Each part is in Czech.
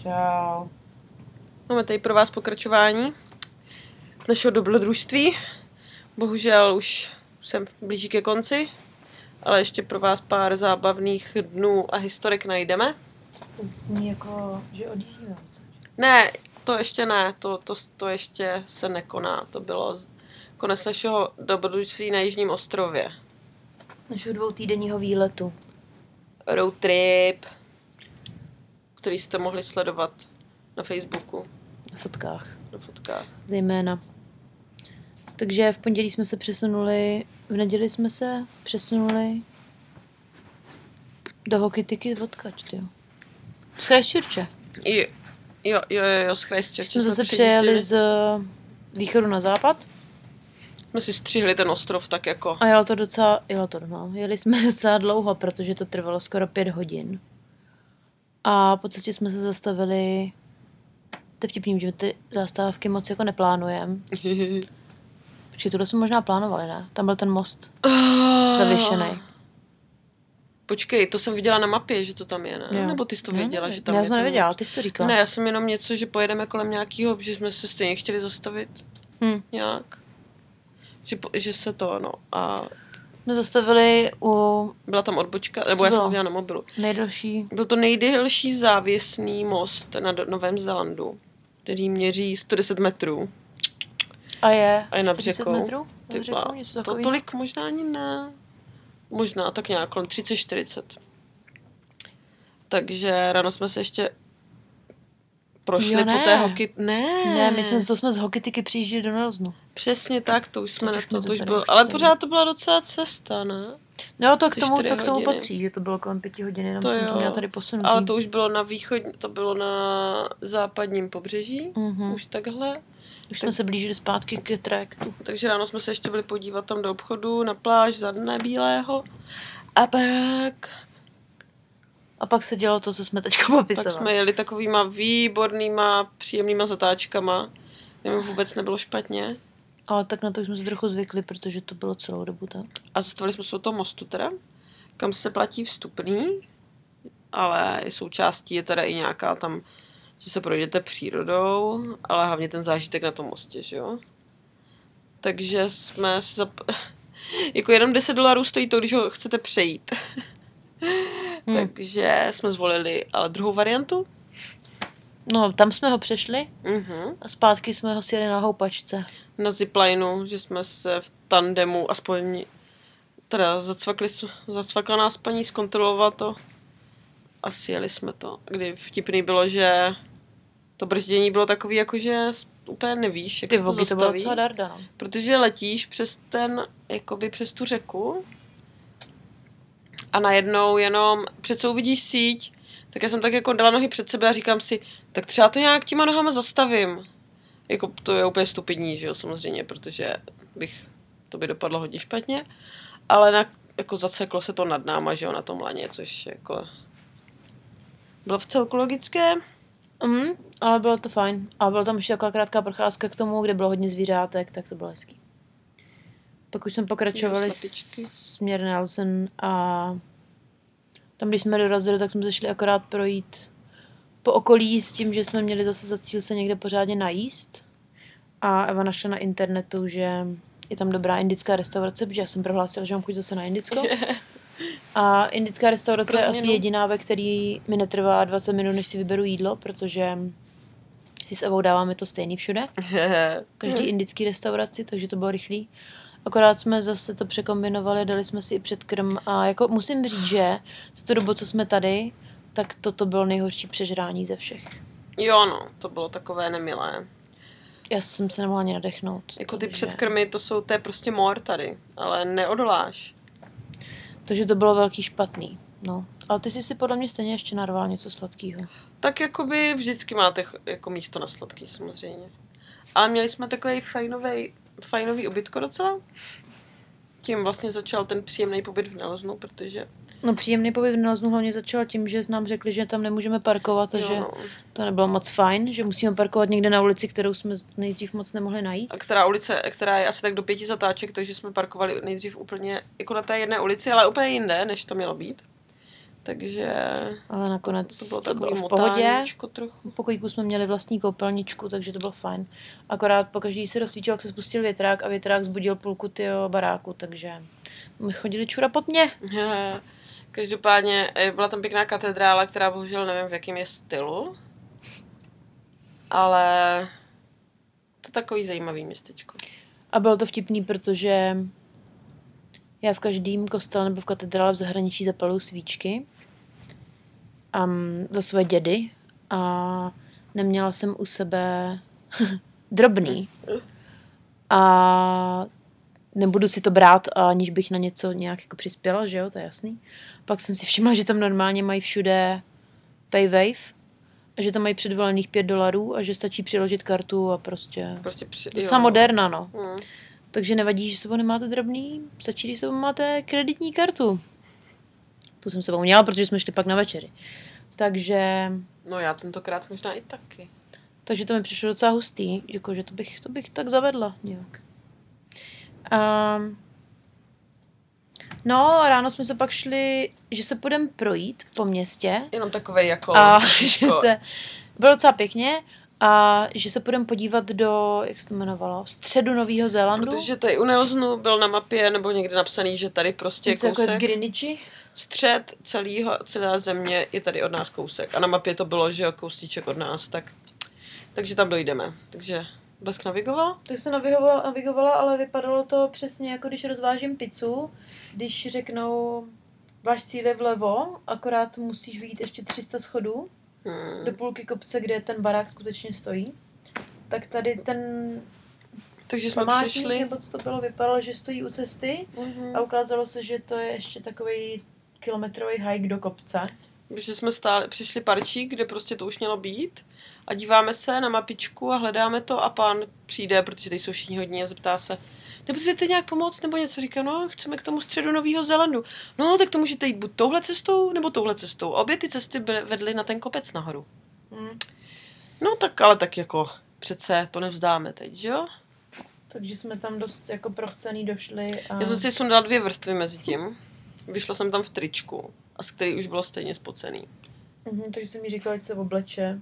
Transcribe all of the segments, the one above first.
Čau. Máme tady pro vás pokračování našeho dobrodružství. Bohužel už jsem blíží ke konci, ale ještě pro vás pár zábavných dnů a historek najdeme. To zní jako, že odjíždíme. Ne, to ještě ne, to ještě se nekoná. To bylo konec našeho dobrodružství na Jižním ostrově. Našeho 2týdenního výletu. Road trip, který jste mohli sledovat na Facebooku. Na fotkách. Na fotkách. Zejména. Takže v pondělí jsme se přesunuli, v neděli jsme se přesunuli do Hokityky odkač, tyjo. Z Christchurche. Jo, z Christchurche. Jsme zase přejeli z východu na západ. Jsme si střihli ten ostrov tak jako. A jeli jsme docela dlouho, protože to trvalo skoro 5 hodin. A po cestě jsme se zastavili, to je vtipný, že ty zastávky moc jako neplánujeme. Počkej, tohle jsme možná plánovali, ne? Tam byl ten most zavěšenej. Počkej, to jsem viděla na mapě, že to tam je, ne? Jo. Nebo ty jsi to věděla, že tam já je? Já jsem nevěděla, ty jsi to říkala. Ne, já jsem jenom něco, že pojedeme kolem nějakého, že jsme se stejně chtěli zastavit nějak. Že se to, no. A jsme zastavili u... Byla tam odbočka, nebo já jsem to měla na mobilu. Nejdelší. Byl to nejdelší závěsný most na Novém Zélandu, který měří 110 metrů. A je nad řekou. Metrů? To tolik možná ani ne. Možná tak nějak kolem 30-40. Takže ráno jsme se ještě prošli po té hoky... Ne, my jsme z Hokityky přijížděli do Nelsonu. Přesně tak, to už jsme na to už bylo. Ale pořád to byla docela cesta, ne? No, to k tomu patří, že to bylo kolem 5 hodin, jenom jsem to měla tady posunutý. Ale to už bylo na to bylo na západním pobřeží, už takhle. Už jsme se blížili zpátky k trajektu. Takže ráno jsme se ještě byli podívat tam do obchodu, na pláž za dne bílého. A pak se dělo to, co jsme teď popisovali. Pak jsme jeli takovýma výbornýma, příjemnýma zatáčkama. Nevím, vůbec nebylo špatně. Ale tak na to jsme se trochu zvykli, protože to bylo celou dobu tak. A zastavili jsme se od toho mostu teda, kam se platí vstupný, ale součástí je teda i nějaká tam, že se projdete přírodou, ale hlavně ten zážitek na tom mostě, že jo? Takže jsme si jako jenom $10 stojí to, když ho chcete přejít. Takže jsme zvolili ale druhou variantu. No, tam jsme ho přešli a zpátky jsme ho sjeli na houpačce. Na ziplineu, že jsme se v tandemu aspoň teda zacvakla nás paní, zkontrolovala to a sjeli jsme to. Kdy vtipný bylo, že to brzdění bylo takový, jakože úplně nevíš, jak se to zastaví. To bylo docela darda, no. Protože letíš přes tu řeku a najednou jenom přece uvidíš síť, tak já jsem tak jako dala nohy před sebe a říkám si, tak třeba to nějak těma nohama zastavím. Jako to je úplně stupidní, že jo, samozřejmě, protože to by dopadlo hodně špatně, ale jako zaceklo se to nad náma, že jo, na tom laně, což jako bylo v celku logické. Ale bylo to fajn. A byla tam ještě taková krátká procházka k tomu, kde bylo hodně zvířátek, tak to bylo hezký. Pak už jsme pokračovali směr Nelson a tam, když jsme dorazili, tak jsme se šli akorát projít po okolí s tím, že jsme měli zase za cíl se někde pořádně najíst. A Eva našla na internetu, že je tam dobrá indická restaurace, protože já jsem prohlásila, že mám chuť zase na indicko. A indická restaurace je asi jediná, ve který mi netrvá 20 minut, než si vyberu jídlo, protože si s Evou dáváme to stejný všude. Každý indický restauraci, takže to bylo rychlý. Akorát jsme zase to překombinovali, dali jsme si i předkrm a jako musím říct, že za tu dobu, co jsme tady, tak toto bylo nejhorší přežrání ze všech. Jo, no, to bylo takové nemilé. Já jsem se nemohla ani nadechnout. Jako ty předkrmy, to je prostě mor tady, ale neodoláš. Takže to bylo velký špatný, no. Ale ty jsi si podle mě stejně ještě narval něco sladkého. Tak jakoby vždycky máte jako místo na sladký, samozřejmě. Ale měli jsme takový fajnový ubytko docela. Tím vlastně začal ten příjemný pobyt v Nelsonu, protože... No příjemný pobyt v Nelsonu hlavně začal tím, že nám řekli, že tam nemůžeme parkovat a že to nebylo moc fajn, že musíme parkovat někde na ulici, kterou jsme nejdřív moc nemohli najít. A která je asi tak do 5 zatáček, takže jsme parkovali nejdřív úplně jako na té jedné ulici, ale úplně jinde, než to mělo být. Takže Ale nakonec to bylo to bylo takový v pohodě. motáníčko trochu. V pokojíku jsme měli vlastní koupelničku, takže to bylo fajn. Akorát pokaždý se rozsvítil, jak se spustil větrák a větrák zbudil půlku tyho baráku, takže my chodili čurapotně. Každopádně byla tam pěkná katedrála, která bohužel nevím, v jakém je stylu. Ale to je takový zajímavý městečko. A bylo to vtipný, protože já v každém kostele nebo v katedrále v zahraničí zapaluju svíčky za své dědy a neměla jsem u sebe drobný. A nebudu si to brát, aniž bych na něco nějak jako přispěla, že jo, to je jasný. Pak jsem si všimla, že tam normálně mají všude PayWave a že tam mají předvolených $5 a že stačí přiložit kartu a prostě docela moderna, no. Takže nevadí, že sebou nemáte drobný, stačí, když sebou máte kreditní kartu. Tu jsem sebou měla, protože jsme šli pak na večeři. Takže... No já tentokrát možná i taky. Takže to mi přišlo docela hustý, jako, že to bych tak zavedla nějak. No, ráno jsme se pak šli, že se půjdeme projít po městě. Jenom takovej jako... A že se... Bylo docela pěkně. A že se půjdeme podívat do, jak se to jmenovalo, středu Nového Zélandu. Protože tady u Nelsonu byl na mapě nebo někde napsaný, že tady prostě je kousek. Jako Greenwichi? Střed celé země je tady od nás kousek. A na mapě to bylo, že jo, kousíček od nás, takže tam dojdeme. Takže Blesk navigoval? Tak jsem navigovala, ale vypadalo to přesně jako když rozvážím pizzu. Když řeknou, váš cíl je vlevo, akorát musíš vyjít ještě 300 schodů do půlky kopce, kde ten barák skutečně stojí. Tak tady ten takže jsme přišli, nebo co to bylo, vypadalo, že stojí u cesty a ukázalo se, že to je ještě takový kilometrový hike do kopce. Protože jsme přišli parčík, kde prostě to už mělo být a díváme se na mapičku a hledáme to a pán přijde, protože tady jsou všichni hodně a zeptá se, nepotřebujete nějak pomoct nebo něco? Říkám, no, chceme k tomu středu Nového Zélandu. No, tak to můžete jít buď touhle cestou, nebo touhle cestou. Obě ty cesty vedly na ten kopec nahoru. No, tak ale tak jako přece to nevzdáme teď, že jo? Takže jsme tam dost jako prochcený došli. A... Já jsem si sundala 2 vrstvy mezi tím. Vyšla jsem tam v tričku, a z který už bylo stejně spocený. Takže jsem jí říkala, ať se obleče.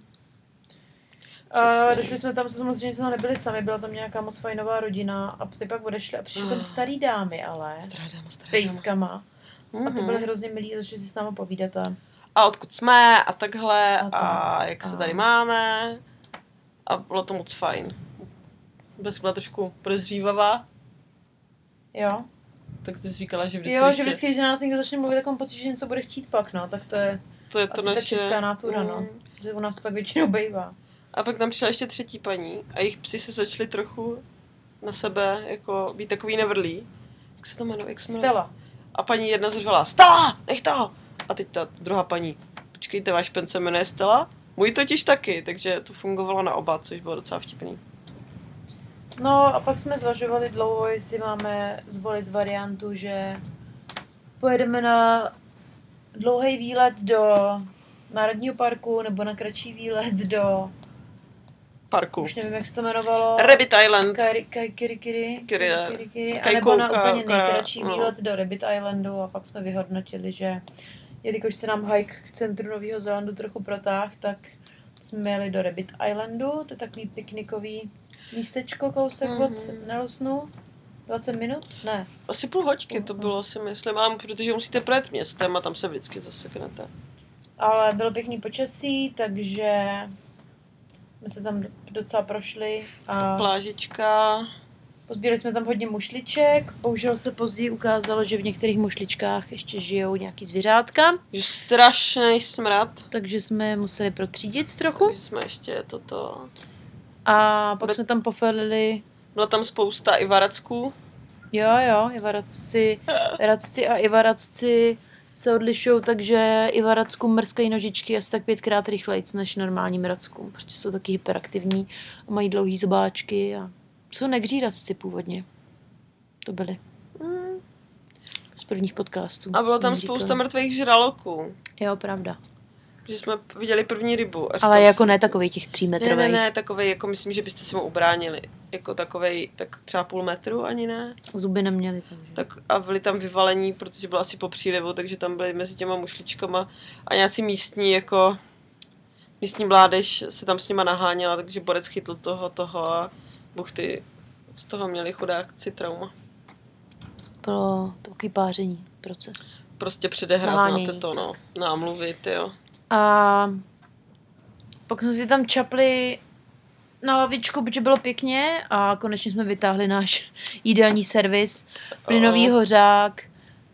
A došli jsme tam, samozřejmě jsme nebyli sami, byla tam nějaká moc fajnová rodina a ty pak odešli a přišly tam starý dámy, ale s pejskama. A ty byly hrozně milí, začali si s námi povídat. A odkud jsme a takhle a jak se tady máme a bylo to moc fajn. Byla trošku podezřívavá. Jo. Tak ty jsi říkala, že vždycky... Jo, že vždycky, když na nás někdo začne mluvit, tak mám pocit, že něco bude chtít pak, no. Tak to je to asi naše... ta česká natura, no. Že u nás to tak většinou bývá. A pak tam přišla ještě 3. paní a jejich psi se začali trochu na sebe, jako být takový nevrlý. Jak se to jmenuje? Stella. A paní jedna zřvala, Stella, nech to! A teď ta druhá paní, počkejte, váš pen se jmenuje Stella? Můj totiž taky, takže to fungovalo na oba, což bylo docela vtipný. No a pak jsme zvažovali dlouho, jestli máme zvolit variantu, že pojedeme na dlouhý výlet do Národního parku nebo na kratší výlet do parku. Už nevím, jak se to jmenovalo. Rabbit Island. Kiri. A nebo na úplně nejkratší výlet do Rabbit Islandu a pak jsme vyhodnotili, že jelikož se nám hike k centru Nového Zélandu trochu protáhl, tak jsme jeli do Rabbit Islandu, to je takový piknikový místečko kousek od Nelsonu. 20 minut? Ne. Asi půl hoďky to bylo, si myslím, ale protože musíte projet městem a tam se vždycky zaseknete. Ale bylo pěkný počasí, takže jsme se tam docela prošli. A plážička. Pozbírali jsme tam hodně mušliček, bohužel se později ukázalo, že v některých mušličkách ještě žijou nějaký zvířátka. Strašný smrad. Takže jsme museli protřídit trochu. Takže jsme ještě toto... A pak jsme tam pofelili. Byla tam spousta ivaracků. Jo, radci a ivaracci se odlišují, takže ivaracku mrskají nožičky asi tak 5krát rychlejc než normálním rackům. Prostě jsou taky hyperaktivní a mají dlouhý zobáčky a jsou negříradci původně. To byly. Z prvních podcastů. A bylo tam spousta mrtvých žraloků. Jo, pravda. že jsme viděli první rybu. Ale jako ne takový těch 3 metrových. Ne, takovej, jako myslím, že byste si mu ubránili. Jako takovej, tak třeba 0,5 metru, ani ne. Zuby neměli, takže. Tak a byli tam vyvalení, protože bylo asi po přílivu, takže tam byli mezi těma mušličkama a nějací místní mládež se tam s nima naháněla, takže borec chytl toho a buchty z toho měli chudáci trauma. Bylo to takový páření proces. Prostě předehra, znáte to, no. Námluvy, tyjo. A pak jsme si tam čapli na lavičku, protože bylo pěkně a konečně jsme vytáhli náš jídelní servis, plynový hořák,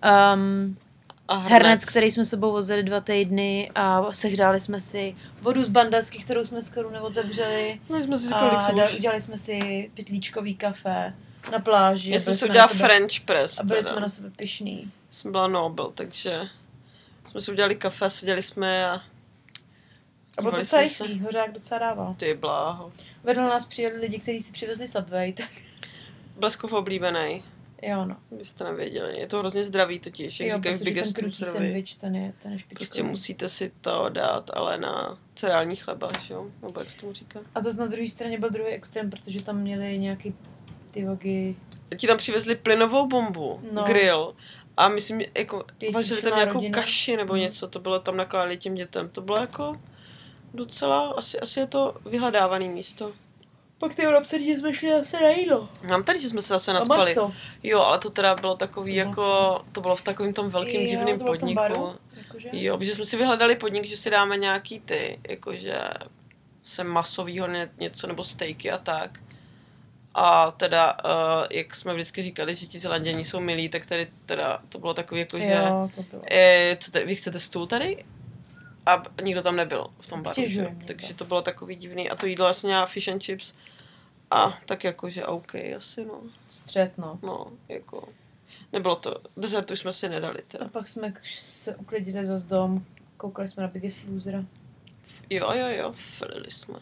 hernec, který jsme sebou vozili 2 týdny a sehřáli jsme si vodu z bandacky, kterou jsme skoro neotevřeli. No, jsme si udělali jsme si pytlíčkový kafe na pláži. Já jsem si udělala French press. A byli jsme na sebe pyšný. Jsem byla Nobel, takže jsme si udělali kafe, seděli jsme a bylo to docela rychlý, hořák docela dával. Ty bláho. Vedle nás přijeli lidi, kteří si přivezli Subway, tak... Bleskov oblíbený. Jo, no. Byste nevěděli. Je to hrozně zdravý totiž, jak říkají v Biggest ten sandwich, ten je špičkový. Prostě musíte si to dát, ale na cereální chleba, jo? Nebo jak se tomu říká. A zase na druhé straně byl druhý extrém, protože tam měli nějaký ty vogy... Ti tam přivezli plynovou bombu, grill. A myslím, jako, vařili tam nějakou kaši nebo něco, to bylo tam nakládali těm dětem. To bylo jako docela, asi je to vyhledávaný místo. Pak ty napsali, že jsme šli zase na jídlo. Mám tady, že jsme se zase nadspali. Jo, ale to teda bylo takový to bylo v takovým tom velkým divným podniku. Jakože? Jo, protože jsme si vyhledali podnik, že si dáme nějaký jakože masovýho něco nebo stejky a tak. A teda, jak jsme vždycky říkali, že ti Zelanděni jsou milí, tak tady teda to bylo takový jako, že to bylo. Co tady, vy chcete stůl tady? A nikdo tam nebyl v tom baru, takže to bylo takový divný. A to jídlo vlastně měla fish and chips. A tak jakože OK, asi no. Střet, no. No, jako, nebylo to, dezertu jsme si nedali teda. A pak jsme se uklidili zase dom, koukali jsme na Biggest Losera. Jo, filili jsme.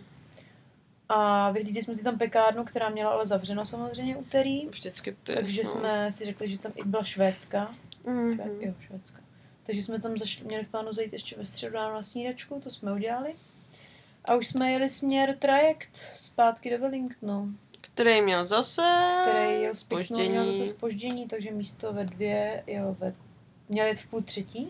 A vyhlídli jsme si tam pekárnu, která měla ale zavřeno samozřejmě úterý. Vždycky takže jsme si řekli, že tam i byla švédská. Mm-hmm. Švédská. Takže jsme tam měli v plánu zajít ještě ve středu ráno na snídačku, to jsme udělali. A už jsme jeli směr trajekt zpátky do Wellingtonu. Který měl zase zpoždění, takže místo ve 2 měl jet v 2:30.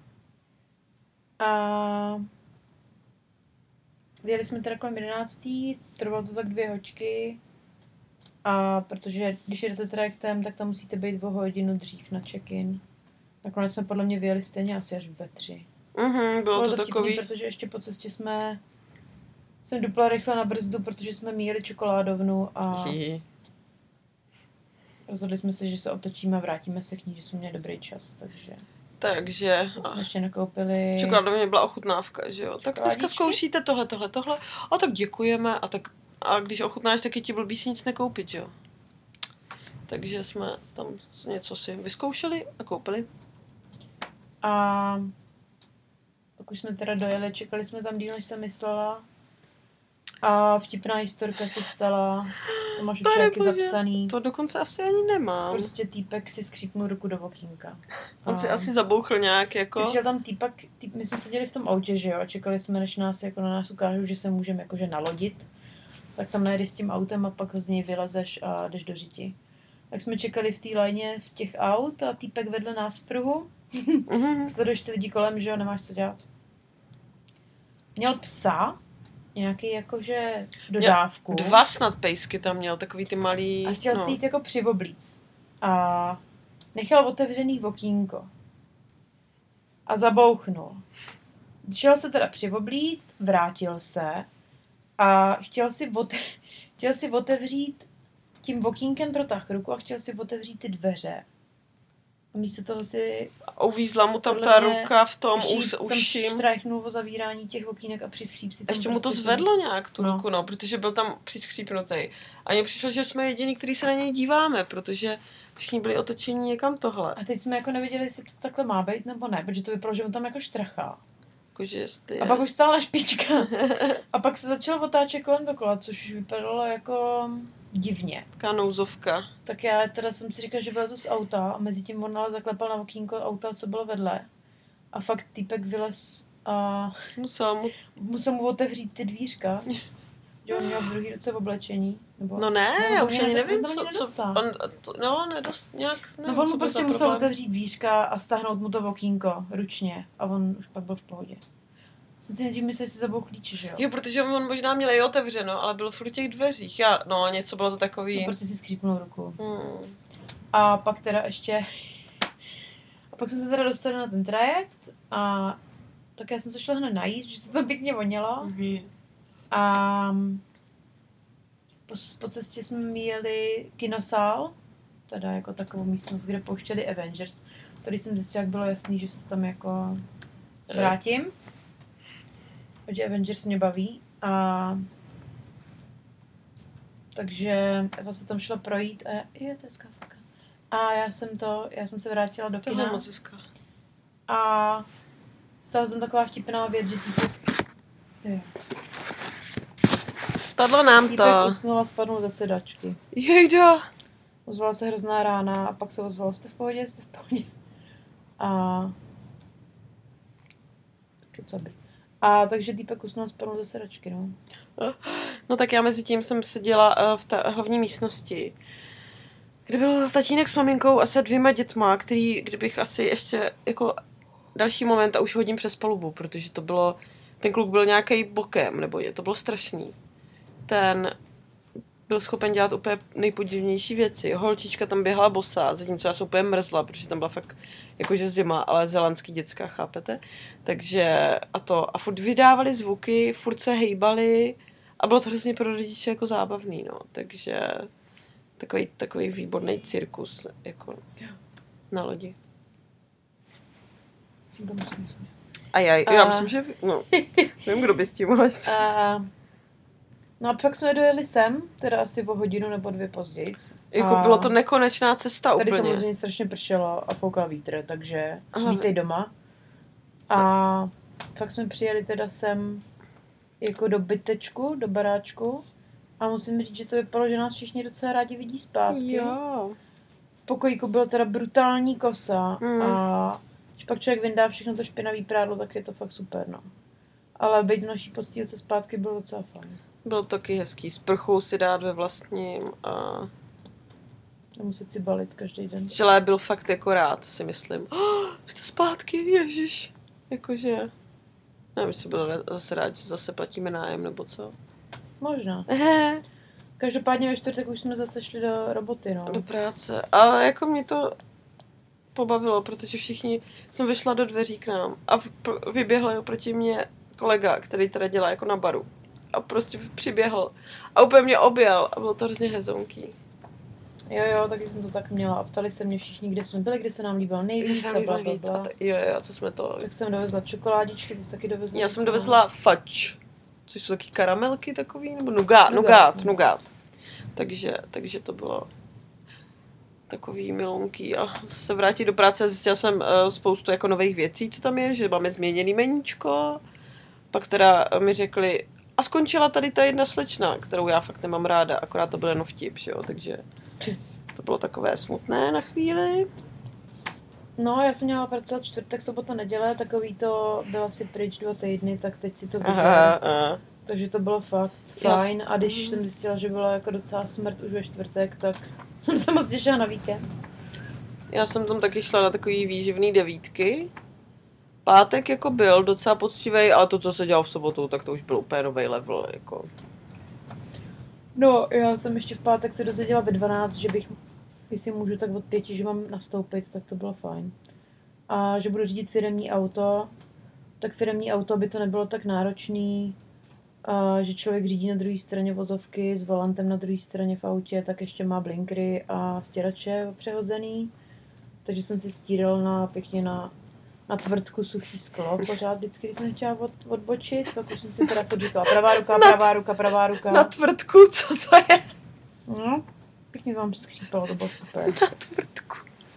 A vyjeli jsme teda kolem 11. Trvalo to tak 2 hoďky. A protože když jedete trajektem, tak tam musíte být o hodinu dřív na check-in. Nakonec jsme podle mě vyjeli stejně asi až ve 3. Bylo to takový. Vtipný, protože ještě po cestě jsem dupla rychle na brzdu, protože jsme míjeli čokoládovnu a rozhodli jsme se, že se otočíme a vrátíme se k ní, že jsme měli dobrý čas, takže jsme ještě nakoupili... Čokoládovně byla ochutnávka, že jo? Tak dneska zkoušíte tohle. A tak děkujeme a když ochutnáš, tak je ti blbý si nic nekoupit, že jo? Takže jsme tam něco si vyzkoušeli a koupili. A pak už jsme teda dojeli, čekali jsme tam díl, než jsem myslela. A vtipná historka se stala, to máš už taky zapsaný. To dokonce asi ani nemám. Prostě týpek si skřípnul ruku do okýnka. On si asi zabouchl nějak jako... Přišel tam týpek, my jsme seděli v tom autě, že jo, a čekali jsme, než nás jako na nás ukážou, že se můžeme jakože nalodit. Tak tam najedeš s tím autem a pak ho z něj vylezeš a jdeš do řiti. Tak jsme čekali v té lajně v těch aut a týpek vedle nás v pruhu. Sleduješ ty lidi kolem, že jo, nemáš co dělat. Měl psa, nějaký jakože dodávku. 2 snad pejsky tam měl, takový ty malý... A chtěl si jít jako přivoblíc. A nechal otevřený okýnko. A zabouchnul. Šel se teda přivoblíct, vrátil se a chtěl si otevřít tím okýnkem protáhl ruku a chtěl si otevřít ty dveře. A místo toho si... A uvízla mu tam ta ruka v tom uším. Tam štráchnul o zavírání těch okýnek a přiskříp si tam. Ještě mu to zvedlo nějak tu ruku, protože byl tam přiskřípnutý. A mně přišlo, že jsme jediní, kteří se na něj díváme, protože všichni byli otočení někam tohle. A teď jsme jako nevěděli, jestli to takhle má být nebo ne, protože to vypadalo, že on tam jako štrachá. A pak už stála špička. A pak se začal otáčet kolem dokola, což už vypadalo jako divně. Taká nouzovka. Tak já teda jsem si říkala, že vylezu z auta a mezi tím on ale zaklepal na okýnko auta, co bylo vedle. A fakt týpek vylez a Musel mu otevřít ty dvířka, že on měl v druhé ruce oblečení. Nebo, no ne, já už ani nevím, on mu prostě musel otevřít dvířka a stáhnout mu to okýnko ručně a on už pak byl v pohodě. Jsem si nejdřív myslel, že si zabou klíče, že jo? Jo, protože on možná měl i otevřeno, ale byl furt v těch dveřích. Něco bylo to takový. No, prostě si skřípnul ruku. A pak teda ještě... A pak jsem se teda dostala na ten trajekt a tak já jsem se šla hned najíst, že to tam pěkně vonělo. A po cestě jsme měli kinosál, teda jako takovou místnost, kde pouštěli Avengers. Tady jsem zjistila, jak bylo jasný, že se tam jako vrátím. Protože Avengers mě baví. Takže Eva se tam šla projít a to je hezká fotka. A já jsem se vrátila do kina. To moc hezká. A stala jsem taková vtipná věc, že Spadlo nám to. Týpek usnul a spadnul ze sedačky. Jejda. Ozvala se hrozná rána a pak se ozvalo, jste v pohodě. A takže týpek usnul a spadnul ze sedačky, no. No tak já mezi tím jsem seděla v té hlavní místnosti, kde byl tatínek s maminkou a se 2 dětma, kdybych asi ještě jako další moment a už hodím přes palubu, protože ten kluk byl nějaký bokem, nebo to bylo strašný. Ten byl schopen dělat úplně nejpodivnější věci. Holčička tam běhala bosá, zatímco já jsem úplně mrzla, protože tam byla fakt jakože zima, ale zelandský děcka, chápete? Takže a furt vydávali zvuky, furt se hejbali a bylo to hrozně pro rodiče jako zábavný, no. Takže takový výborný cirkus jako na lodi. A já myslím, že vím, kdo by s tím mohl. No a pak jsme dojeli sem, teda asi o hodinu nebo 2 později. Jako bylo to nekonečná cesta tady úplně. Tady samozřejmě strašně pršelo a foukal vítr, takže vítej doma. A pak jsme přijeli teda sem jako do bytečku, do baráčku. A musím říct, že to vypadalo, že nás všichni docela rádi vidí zpátky. Jo. V pokojíku byla teda brutální kosa a když pak člověk vyndá všechno to špinavý prádlo, tak je to fakt super, no. Ale být v naší podstýlce zpátky bylo docela fajn. Bylo taky hezký. Sprchu si dát ve vlastním a nemuset si balit každý den. Želé byl fakt jako rád, si myslím. Jste zpátky, ježiš. Jakože, nevím, jestli byl zase rád, že zase platíme nájem, nebo co. Možná. Každopádně ve čtvrtek už jsme zase šli do roboty, no. Do práce. A jako mě to pobavilo, protože jsem vyšla do dveří k nám a vyběhl oproti mě kolega, který teda dělá jako na baru. A prostě přiběhl a úplně mě objel a bylo to hrozně hezonký. Jo, taky jsem to tak měla a ptali se mě všichni, kde jsme byli, kde se nám líbilo nejvíc a blablabla. Jo, co jsme to... Tak jsem dovezla čokoládičky, ty jsi taky dovezla. Já jsem dovezla fudge, což jsou taky karamelky takový, nebo nugát. Takže to bylo takový milunký a se vrátit do práce a zjistila jsem spoustu jako nových věcí, co tam je, že máme změněný meníčko, pak teda mi řekli, a skončila tady ta jedna slečna, kterou já fakt nemám ráda, akorát to byl jenom vtip, že jo, takže to bylo takové smutné na chvíli. No, já jsem měla pracovat čtvrtek, sobota, neděle, takový to byl asi pryč 2 týdny, tak teď si to vyžila. Takže to bylo fakt fajn a když jsem zjistila, že byla jako docela smrt už ve čtvrtek, tak jsem se moc těšila na víkend. Já jsem tam taky šla na takový výživný 9. Pátek jako byl docela poctivý, ale to, co se dělalo v sobotu, tak to už byl úplně nový level, jako. No, já jsem ještě v pátek se dozvěděla ve 12, že bych, jestli můžu, tak od 5, že mám nastoupit, tak to bylo fajn. A že budu řídit firemní auto, tak firemní auto by to nebylo tak náročný, a že člověk řídí na druhé straně vozovky s volantem na druhé straně v autě, tak ještě má blinkry a stěrače přehozený. Takže jsem si stíral pěkně na tvrdku suchý sklo pořád vždycky, když jsem chtěla odbočit, pak už jsem si teda podříkala pravá ruka. Na tvrdku, co to je? No, pěkně tam skřípalo, to bylo super. Na tvrdku.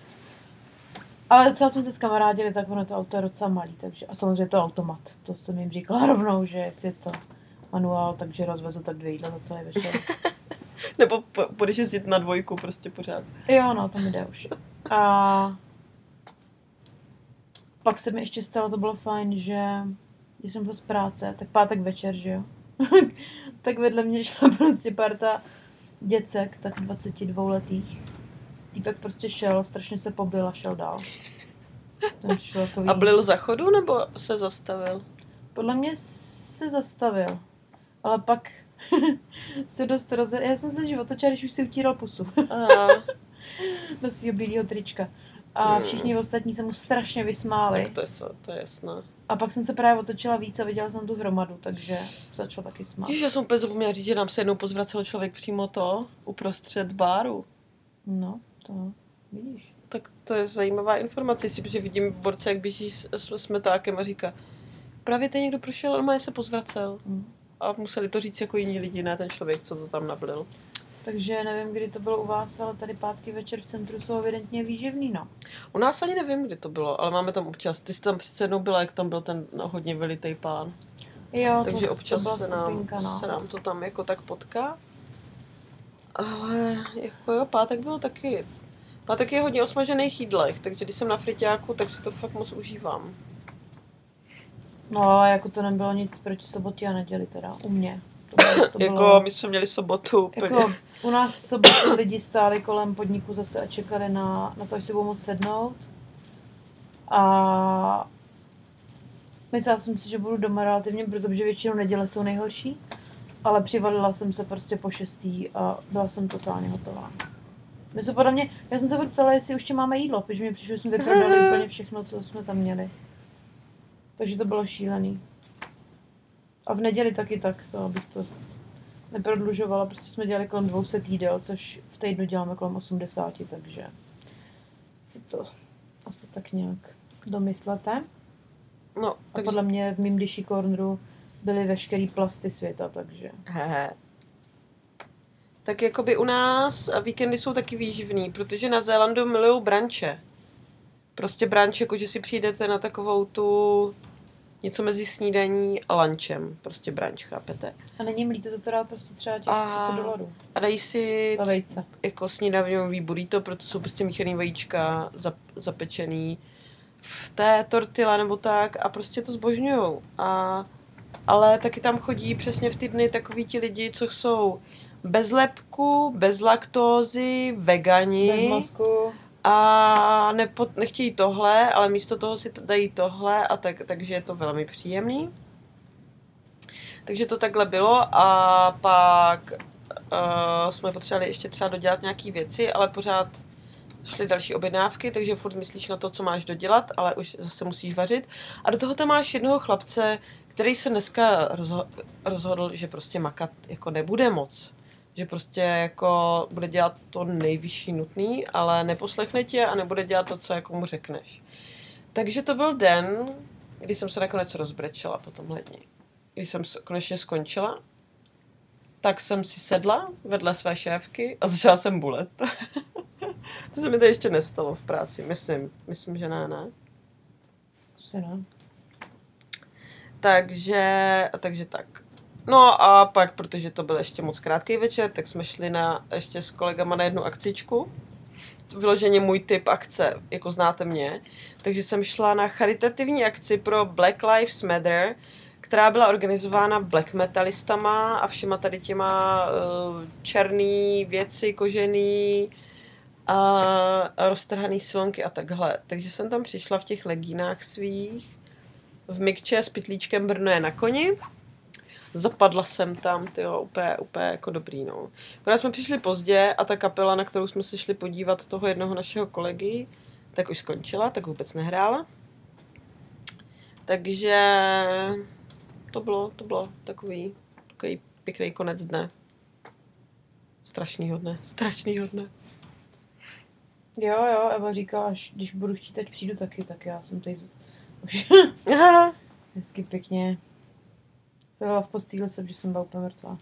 Ale docela jsme se skamarádili, tak ono to auto je docela malý, takže, a samozřejmě to automat, to jsem jim říkala rovnou, že jestli je to manuál, takže rozvezu tak 2 jídla za celý večer. Nebo budeš jezdit na 2 prostě pořád. Jo, no, to mi jde už. A pak se mi ještě stalo, to bylo fajn, že když jsem šla z práce, tak pátek večer, že jo? Tak vedle mě šla prostě parta děcek, tak 22letých. Týpek prostě šel, strašně se pobil a šel dál. Takový... A blil za chodu, nebo se zastavil? Podle mě se zastavil. Ale pak se dost Já jsem se otočila, když už si utíral pusu. Do svýho bílého trička. A všichni ostatní se mu strašně vysmáli. Tak to je jasné. A pak jsem se právě otočila víc a viděla jsem tu hromadu, takže začala taky smát. Ježiš, já jsem úplně zapomněla říct, že nám se jednou pozvracel člověk přímo uprostřed báru. No, to vidíš. Tak to je zajímavá informace, protože vidím borce, jak běží s metákem a říká, právě ten někdo prošel, ale se pozvracel. A museli to říct jako jiní lidi, ne ten člověk, co to tam nablil. Takže nevím, kdy to bylo u vás, ale tady pátky večer v centru jsou evidentně výživný, no. U nás ani nevím, kdy to bylo, ale máme tam občas. Ty jsi tam přece jednou byla, jak tam byl ten hodně vylitej pán. Jo, takže to občas byla skupinka, se nám to tam jako tak potká. Ale jako jo, pátek byl taky. Pátek je hodně o smažených jídlech, takže když jsem na friťáku, tak si to fakt moc užívám. No ale jako to nebylo nic proti sobotě a neděli teda, u mě. To bylo... Jako my jsme měli sobotu úplně. Jako u nás v sobotu lidi stáli kolem podniku zase a čekali na to, až si budou moct sednout. A myslela jsem si, že budu doma relativně brzo, protože většinou neděle jsou nejhorší. Ale přivalila jsem se prostě po 6. a byla jsem totálně hotová. Já jsem se ptala, jestli už máme jídlo, protože mi přišlo, že jsme vyprodali úplně všechno, co jsme tam měli. Takže to bylo šílený. A v neděli taky tak, to abych to neprodlužovala, prostě jsme dělali kolem 200 jídel, což v týdnu děláme kolem 80, takže si to asi tak nějak domyslete. No, takže... A podle mě v mým Dishy Corneru byly veškerý plasty světa, takže... Tak jakoby u nás víkendy jsou taky výživný, protože na Zélandu milujou branče. Prostě branč, jako že si přijdete na takovou tu něco mezi snídaní a lunchem. Prostě branč, chápete? A není mlí to dát prostě třeba těch $30. A dají si jako snídavňový burrito, proto jsou prostě míchaný vajíčka, zapečený v té tortilla nebo tak a prostě to zbožňujou. Ale taky tam chodí přesně v ty dny takový ti lidi, co jsou bez lepku, bez laktózy, vegani. Bez mozku. A nechtějí tohle, ale místo toho si dají tohle a takže je to velmi příjemný. Takže to takhle bylo a pak jsme potřebovali ještě třeba dodělat nějaký věci, ale pořád šly další objednávky, takže furt myslíš na to, co máš dodělat, ale už zase musíš vařit. A do toho tam máš jednoho chlapce, který se dneska rozhodl, že prostě makat jako nebude moc. Že prostě jako bude dělat to nejvyšší nutný, ale neposlechne tě a nebude dělat to, co jako mu řekneš. Takže to byl den, kdy jsem se nakonec rozbrečela po tomhle dni. Když jsem konečně skončila, tak jsem si sedla vedle své šéfky a začala jsem bulet. To se mi to ještě nestalo v práci, myslím, že ne. Asi ne. Takže tak. No a pak, protože to byl ještě moc krátký večer, tak jsme šli ještě s kolegama na jednu akcičku. Vyloženě můj typ akce, jako znáte mě. Takže jsem šla na charitativní akci pro Black Lives Matter, která byla organizována black metalistama a všema tady těma černý věci, kožený a roztrhaný silonky a takhle. Takže jsem tam přišla v těch legínách svých, v mikče s pytlíčkem Brno je na koni. Zapadla jsem tam, tyjo, úplně jako dobrý, no. Když jsme přišli pozdě a ta kapela, na kterou jsme se šli podívat toho jednoho našeho kolegy, tak už skončila, tak vůbec nehrála. Takže to bylo takový pěkný konec dne. Strašnýho dne. Jo, Eva říkala, když budu chtít, teď přijdu taky, tak já jsem tady už hezky pěkně byla v postýle jsem, že jsem byla úplně mrtvá.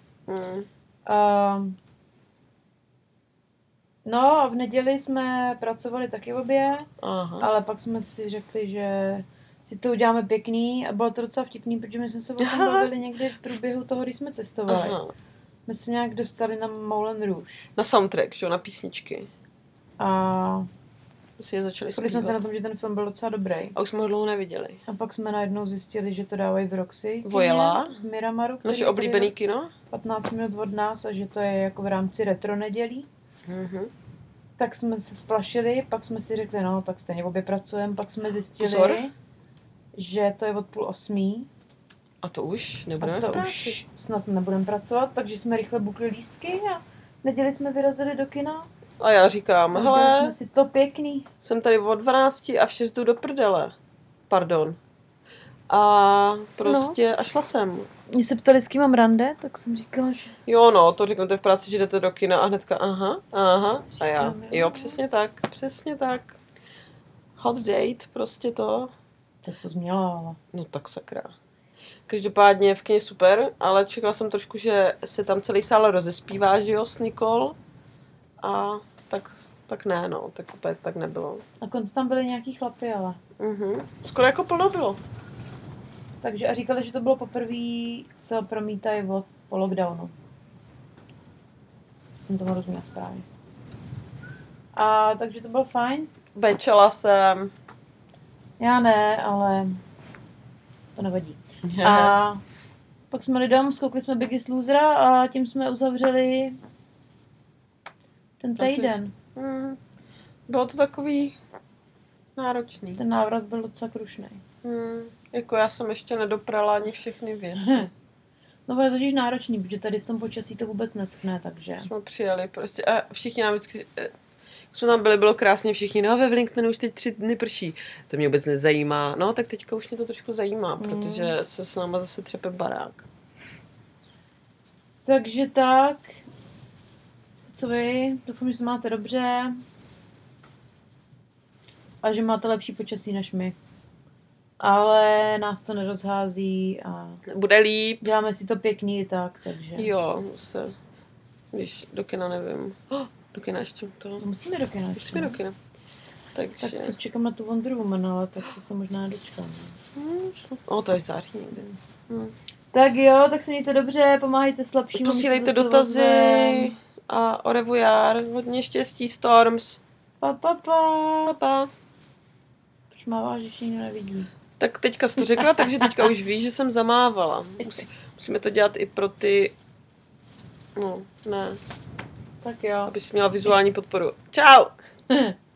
No a v neděli jsme pracovali taky obě, ale pak jsme si řekli, že si to uděláme pěkný a bylo to docela vtipný, protože my jsme se o tom bavili někdy v průběhu toho, když jsme cestovali. My se nějak dostali na Moulin Rouge. Na soundtrack, že jo, na písničky. A si je začali Shodli jsme se zpívat. na tom, že ten film byl docela dobrý. A už jsme ho dlouho neviděli. A pak jsme najednou zjistili, že to dávají v Roxy. Vojela. V Miramaru. který Naše je oblíbený tady kino. 15 minut od nás a že to je jako v rámci retro nedělí. Mhm. Tak jsme se splašili, pak jsme si řekli, no tak stejně obě pracujeme, pak jsme zjistili, Pozor. že to je od 7:30. A to už nebudeme A v to práci. už snad nebudeme pracovat, takže jsme rychle bukli lístky a v neděli jsme vyrazili do kina. A já říkám, A udělali hele, jsme si to pěkný. jsem tady od 12 a v 6 jdu do prdele. Pardon. A prostě a šla jsem. Mě se ptali, s kým mám rande, tak jsem říkala, že... Jo no, to řeknete v práci, že jdete do kina a hnedka aha. A já, Říkám, jo. jo, přesně tak. Hot date, prostě to. Tak to změla, ale... No tak sakra. Každopádně v kyně super, ale čekala jsem trošku, že se tam celý sál rozespívá, že jo, s Nicole. A tak ne, no, tak úplně tak nebylo. Nakonec tam byly nějaký chlapy, ale... Skoro jako plno bylo. Takže a říkali, že to bylo poprvé, co promítají po lockdownu. Jsem tomu rozuměla správně. A takže to bylo fajn. Bečela jsem. Já ne, ale to nevadí. A pak jsme lidem, zkoukli jsme Biggest Losera a tím jsme uzavřeli ten týden. Bylo to takový náročný. Ten návrat byl docela krušný. Jako já jsem ještě nedoprala ani všechny věci. No bylo totiž náročný, protože tady v tom počasí to vůbec neschne, takže... Jsme přijeli prostě a všichni nám vždycky, jak jsme tam byli, bylo krásně všichni, no ve Wellingtonu už teď 3 dny prší. To mě vůbec nezajímá. No tak teďka už mě to trošku zajímá, protože se s náma zase třepe barák. Takže tak, co vy? Doufám, že se máte dobře a že máte lepší počasí než my. Ale nás to nerozhází a Bude líp. děláme si to pěkný i tak, takže... Jo, když do kina nevím. Do kina ještě to. Musíme do kina. Musíme do kina. Takže... Tak čekám na tu Wonder Woman, ale tak to se možná nedočkám. To je v září někdy. Tak jo, tak se mějte dobře, pomáhejte slabším. Posílejte dotazy a au revoir. Hodně štěstí, Storms. Pa. Pa. Proč máváš, že nikdo nevidí? Tak teďka jsi to řekla, takže teďka už víš, že jsem zamávala. Musíme to dělat i pro ty... No, ne. Tak jo. Abys měla vizuální podporu. Čau!